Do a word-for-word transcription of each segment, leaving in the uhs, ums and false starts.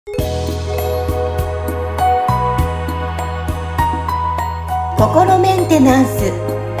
心メンテナンス。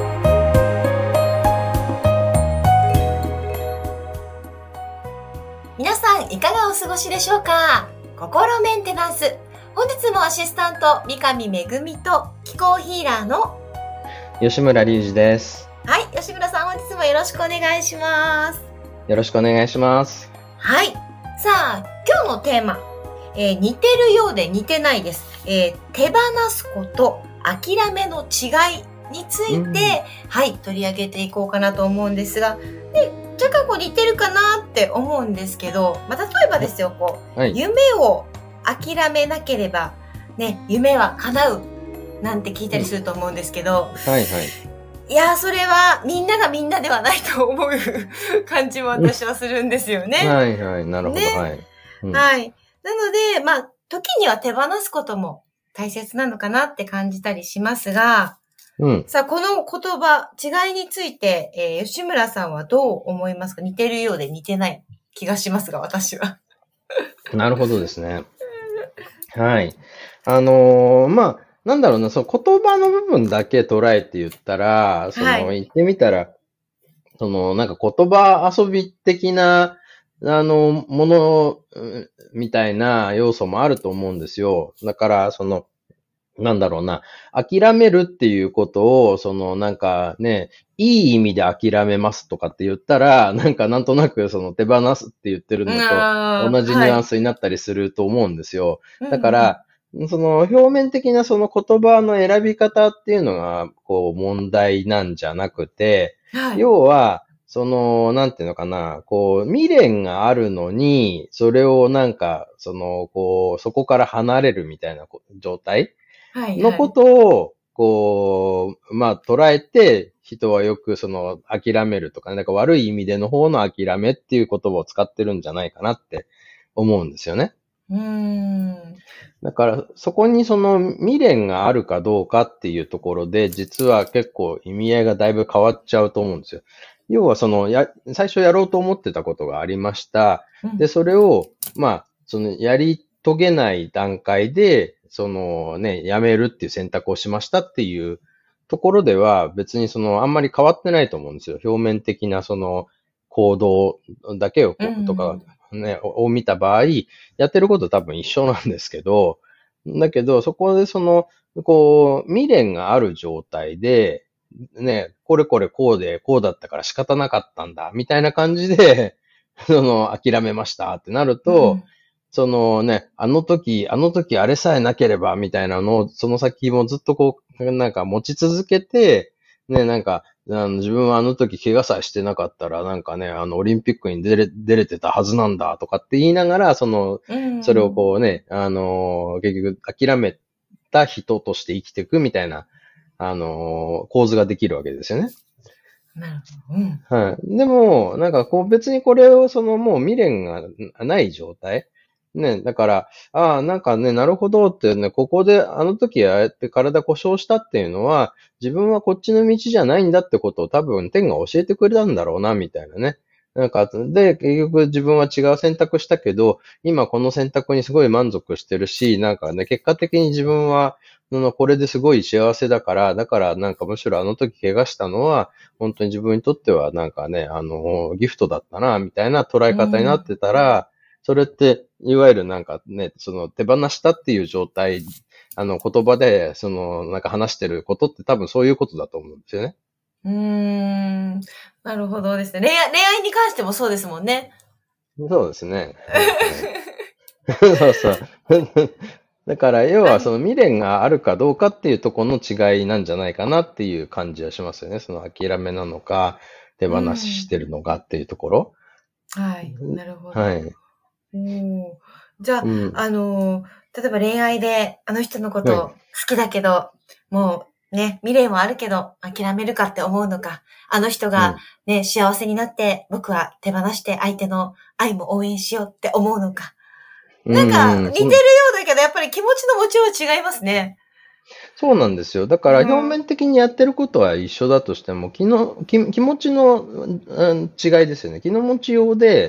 皆さんいかがお過ごしでしょうか。心メンテナンス、本日もアシスタント三上恵と気候ヒーラーの吉村隆二です。 はい、吉村さん、本日もよろしくお願いします。 よろしくお願いします。 はい、さあ今日のテーマ、えー、似てるようで似てないです、えー、手放すこと諦めの違いについて、うん、はい取り上げていこうかなと思うんですが、で若干こう似てるかなって思うんですけど、まあ、例えばですよ、こう、はい、夢を諦めなければね、夢は叶うなんて聞いたりすると思うんですけど、 うん、はいはい。 いやそれはみんながみんなではないと思う感じも私はするんですよね。 はいはい、なるほど、ね、はい、 うん、はい。なので、まあ時には手放すことも大切なのかなって感じたりしますが、うん、さあこの言葉違いについて、えー、吉村さんはどう思いますか。似てるようで似てない気がしますが、私は。 なるほどですね。はい。あのー、まあ。なんだろうな、その言葉の部分だけ捉えて言ったら、その言ってみたら、はい、そのなんか言葉遊び的な、あの、ものみたいな要素もあると思うんですよ。だから、その、なんだろうな、諦めるっていうことを、そのなんかね、いい意味で諦めますとかって言ったら、なんかなんとなくその手放すって言ってるのと同じニュアンスになったりすると思うんですよ。はい、だから、うんうんその表面的なその言葉の選び方っていうのが、こう問題なんじゃなくて、はい、要は、その、なんていうのかな、こう、未練があるのに、それをなんか、その、こう、そこから離れるみたいな状態のことを、こう、まあ、捉えて、人はよくその、諦めるとかね、なんか悪い意味での方の諦めっていう言葉を使ってるんじゃないかなって思うんですよね。 うーんだから、そこにその未練があるかどうかっていうところで、実は結構意味合いがだいぶ変わっちゃうと思うんですよ。要はその、や、最初やろうと思ってたことがありました。で、それを、まあ、その、やり遂げない段階で、そのね、やめるっていう選択をしましたっていうところでは、別にその、あんまり変わってないと思うんですよ。表面的なその、行動だけをこう、とか、ね、を見た場合、やってること多分一緒なんですけど、だけど、そこでその、こう、未練がある状態で、ね、これこれこうで、こうだったから仕方なかったんだ、みたいな感じで、その、諦めましたってなると、うん、そのね、あの時、あの時あれさえなければ、みたいなのを、その先もずっとこう、なんか持ち続けて、ね、なんか、あの自分はあの時怪我さえしてなかったら、なんかね、あの、オリンピックに出れ、出れてたはずなんだ、とかって言いながら、その、それをこうね、あの、結局諦めた人として生きていくみたいな、あの、構図ができるわけですよね。 なるほど。うん。 はい。でも、なんかこう別にこれをそのもう未練がない状態。ね、だから、ああ、なんかね、なるほどってね、ここであの時ああやって体故障したっていうのは、自分はこっちの道じゃないんだってことを多分天が教えてくれたんだろうな、みたいなね。なんか、で、結局自分は違う選択したけど、今この選択にすごい満足してるし、なんかね、結果的に自分は、これですごい幸せだから、だからなんかむしろあの時怪我したのは、本当に自分にとってはなんかね、あの、ギフトだったな、みたいな捉え方になってたら、うん、それって、いわゆるなんかね、その手放したっていう状態、あの言葉で、そのなんか話してることって多分そういうことだと思うんですよね。 うーん。なるほどですね。恋愛、恋愛に関してもそうですもんね。 そうですね。そうそう。だから、要はその未練があるかどうかっていうところの違いなんじゃないかなっていう感じはしますよね。その諦めなのか、手放ししてるのかっていうところ。 はい。なるほど。 はい。 おじゃあ、 うん、 あの、例えば恋愛であの人のこと好きだけど、はい、もうね、未練はあるけど諦めるかって思うのか、あの人がね、うん、幸せになって僕は手放して相手の愛も応援しようって思うのか。なんか似てるようだけど、やっぱり気持ちの持ちよう違いますね。 そうなんですよ。だから表面的にやってることは一緒だとしても、気の、気気持ちの、うん、違いですよね。気の持ちようで、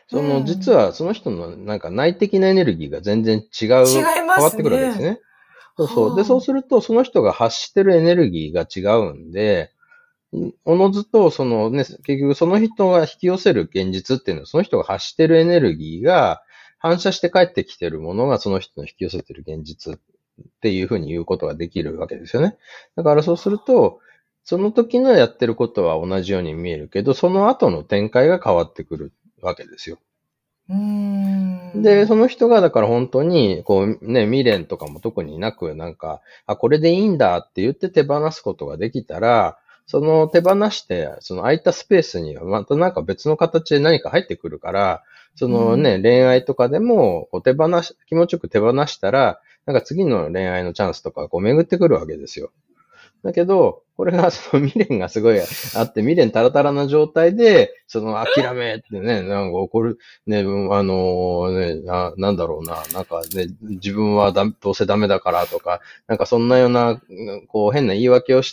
その、実はその人のなんか内的なエネルギーが全然違う、 違いますね。 変わってくるわけですね。そうそう。で、そうすると、その人が発してるエネルギーが違うんで、おのずと、そのね、結局その人が引き寄せる現実っていうのは、その人が発してるエネルギーが反射して帰ってきてるものがその人の引き寄せてる現実っていうふうに言うことができるわけですよね。だからそうすると、その時のやってることは同じように見えるけど、その後の展開が変わってくるわけですよ。 うーんで、その人がだから本当に、こうね、未練とかも特になく、なんか、あ、これでいいんだって言って手放すことができたら、その手放して、その空いたスペースにはまたなんか別の形で何か入ってくるから、そのね、 うん恋愛とかでも、こう手放し、気持ちよく手放したら、なんか次の恋愛のチャンスとかこう巡ってくるわけですよ。だけど、これがその未練がすごいあって、未練タラタラな状態で、その諦めってね、なんか怒る、ね、うんあのねな、なんだろうな、なんかね、自分はだどうせダメだからとか、なんかそんなような、うんこう変な言い訳をして、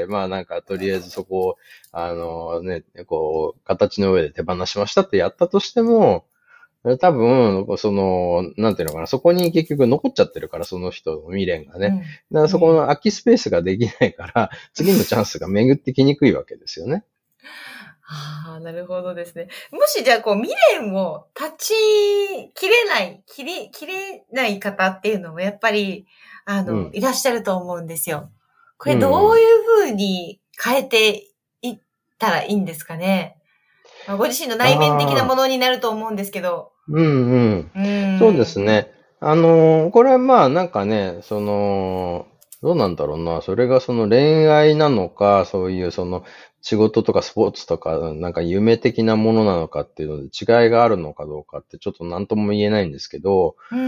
まあなんかとりあえずそこを、あのね、こう、形の上で手放しましたってやったとしても、多分、その、なんていうのかな、そこに結局残っちゃってるから、その人の未練がね。 うんだからそこうんの空きスペースができないから、次のチャンスが巡ってきにくいわけですよね。 ああ、なるほどですね。もしじゃあ、こう、未練を断ち切れない、切り、切れない方っていうのもやっぱり、あの、 うん。 いらっしゃると思うんですよ。これうん、 どういうん。 うふうに変えていったらいいんですかね。まあ、ご自身の内面的なああ、 ものになると思うんですけど。 うんうん。 うそうでーん。 すね。あのーこれはまあなんかね、その、どうなんだろうな。それがその恋愛なのか、そういうその仕事とかスポーツとか、なんか夢的なものなのかっていうので違いがあるのかどうかってちょっと何とも言えないんですけど、 うん。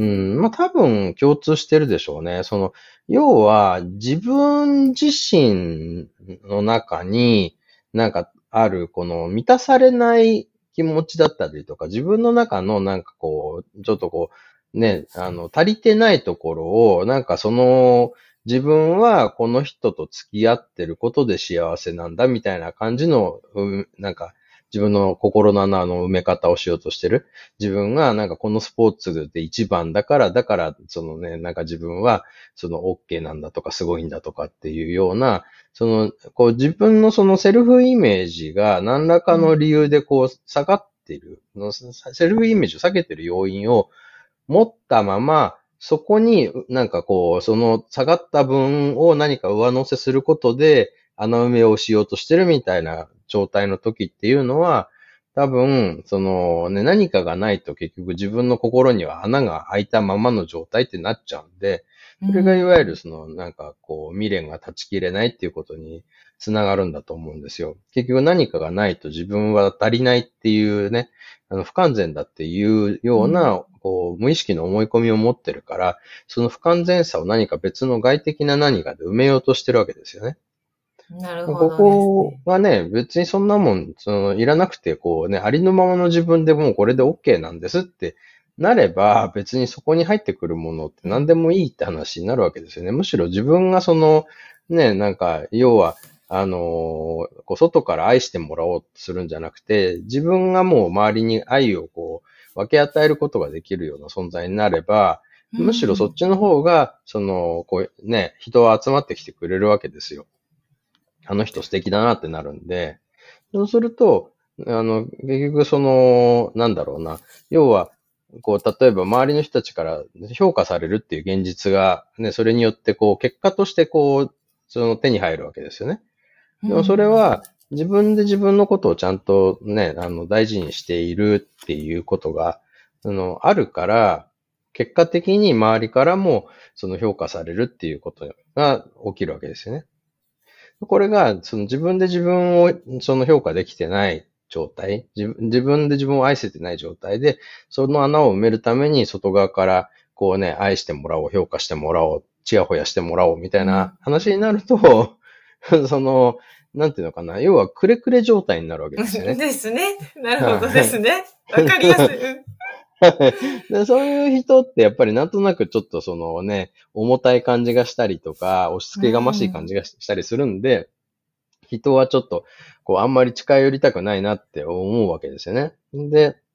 うん、まあ多分共通してるでしょうね。その、要は自分自身の中になんかあるこの満たされない気持ちだったりとか、自分の中のなんかこう、ちょっとこう、ね、あの、足りてないところを、なんかその、自分はこの人と付き合ってることで幸せなんだみたいな感じの、うんなんか自分の心の穴の埋め方をしようとしてる。自分がなんかこのスポーツで一番だから、だからそのね、なんか自分はその OK なんだとかすごいんだとかっていうような、その、こう自分のそのセルフイメージが何らかの理由でこう下がっている、セルフイメージを下げている要因を持ったまま、そこになんかこう、その下がった分を何か上乗せすることで穴埋めをしようとしてるみたいな状態の時っていうのは、多分、そのね、何かがないと結局自分の心には穴が開いたままの状態ってなっちゃうんで、それがいわゆるそのなんかこう未練が断ち切れないっていうことにつながるんだと思うんですよ。結局何かがないと自分は足りないっていうね、あの不完全だっていうような、こう無意識の思い込みを持ってるから、その不完全さを何か別の外的な何かで埋めようとしてるわけですよね。 なるほこどですこね。 はね、別にそんなもん、その、いらなくて、こうね、ありのままの自分でもうこれで OK なんですってなれば、別にそこに入ってくるものって何でもいいって話になるわけですよね。むしろ自分がその、ね、なんか、要は、あのーこう外から愛してもらおうとするんじゃなくて、自分がもう周りに愛をこう、分け与えることができるような存在になれば、むしろそっちの方が、その、こうね、人は集まってきてくれるわけですよ。あの人素敵だなってなるんで、そうすると、あの、結局その、なんだろうな、要は、こう、例えば周りの人たちから評価されるっていう現実が、ね、それによってこう、結果としてこう、その手に入るわけですよね。でもそれは、自分で自分のことをちゃんとね、あの、大事にしているっていうことが、あの、あるから、結果的に周りからも、その評価されるっていうことが起きるわけですよね。これが、その自分で自分をその評価できてない状態、自分自分で自分を愛せてない状態で、その穴を埋めるために外側からこうね、愛してもらおう、評価してもらおう、ちやほやしてもらおうみたいな話になると、その、なんていうのかな、要はくれくれ状態になるわけですよね。 ですね。なるほどではい。 すね。わかりやすい。うんでそういう人ってやっぱりなんとなくちょっとそのね、重たい感じがしたりとか、押し付けがましい感じがしたりするんで、人はちょっと、こう、あんまり近寄りたくないなって思うわけですよね。で、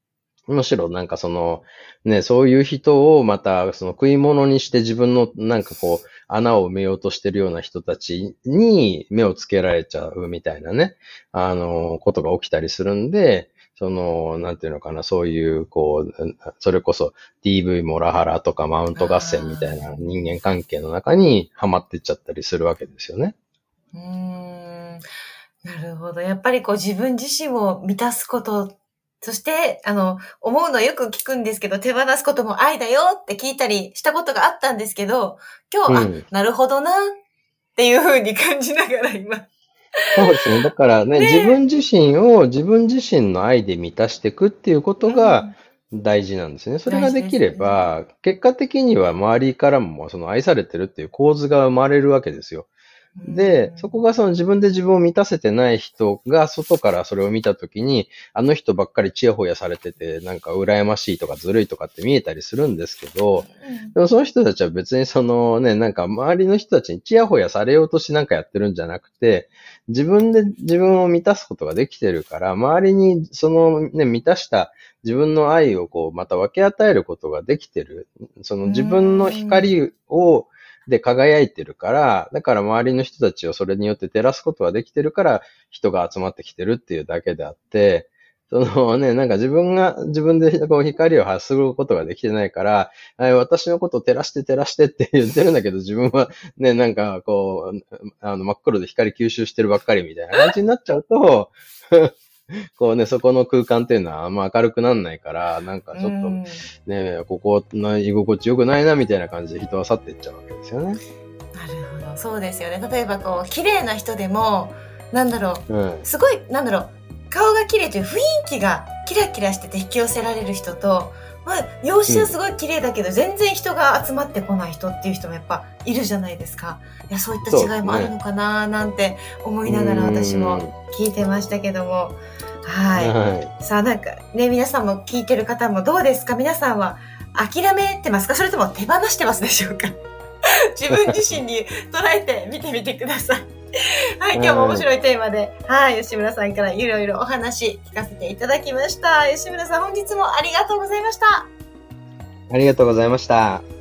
むしろなんかその、ね、そういう人をまたその食い物にして自分のなんかこう、穴を埋めようとしてるような人たちに目をつけられちゃうみたいなね、あの、ことが起きたりするんで、その、なんていうのかな、そういう、こう、それこそ ディーブイ モラハラとかマウント合戦みたいな人間関係の中にはまってっちゃったりするわけですよね。 うーん、なるほど。やっぱりこう自分自身を満たすこと、そして、あの、思うのよく聞くんですけど、手放すことも愛だよって聞いたりしたことがあったんですけど、今日、うん、あ、なるほどなっていうふうに感じながら今。 そうですね。だからね、ね自分自身を自分自身の愛で満たしていくっていうことが大事なんですね。うん、それができれば、ね、結果的には周りからもその愛されてるっていう構図が生まれるわけですよ。で、そこがその自分で自分を満たせてない人が外からそれを見たときに、あの人ばっかりチヤホヤされてて、なんか羨ましいとかずるいとかって見えたりするんですけど、でもその人たちは別にそのね、なんか周りの人たちにチヤホヤされようとしなんかやってるんじゃなくて、自分で自分を満たすことができてるから、周りにそのね、満たした自分の愛をこう、また分け与えることができてる。その自分の光を、で輝いてるから、だから周りの人たちをそれによって照らすことができてるから、人が集まってきてるっていうだけであって、そのね、なんか自分が、自分でこう光を発することができてないから、私のことを照らして照らしてって言ってるんだけど、自分はね、なんかこう、あの真っ黒で光吸収してるばっかりみたいな感じになっちゃうと、こうね、そこの空間っていうのはあんま明るくなんないから、なんかちょっとね、ここの居心地良くないなみたいな感じで人は去っていっちゃうわけですよね。 なるほど、そうですよね。例えばこう、綺麗な人でも、なんだろう、うん、すごい、なんだろう、顔が綺麗という雰囲気がキラキラしてて引き寄せられる人と、まあ、容姿はすごい綺麗だけど、うん、全然人が集まってこない人っていう人もやっぱいるじゃないですか。いや、そういった違いもあるのかななんて思いながら私も聞いてましたけども。はい。はい、さあなんかね、皆さんも聞いてる方もどうですか？皆さんは諦めてますか？それとも手放してますでしょうか？自分自身に捉えてみてみてください。はい、今日も面白いテーマで、はい、吉村さんからいろいろお話聞かせていただきました。吉村さん、本日もありがとうございました。 ありがとうございました。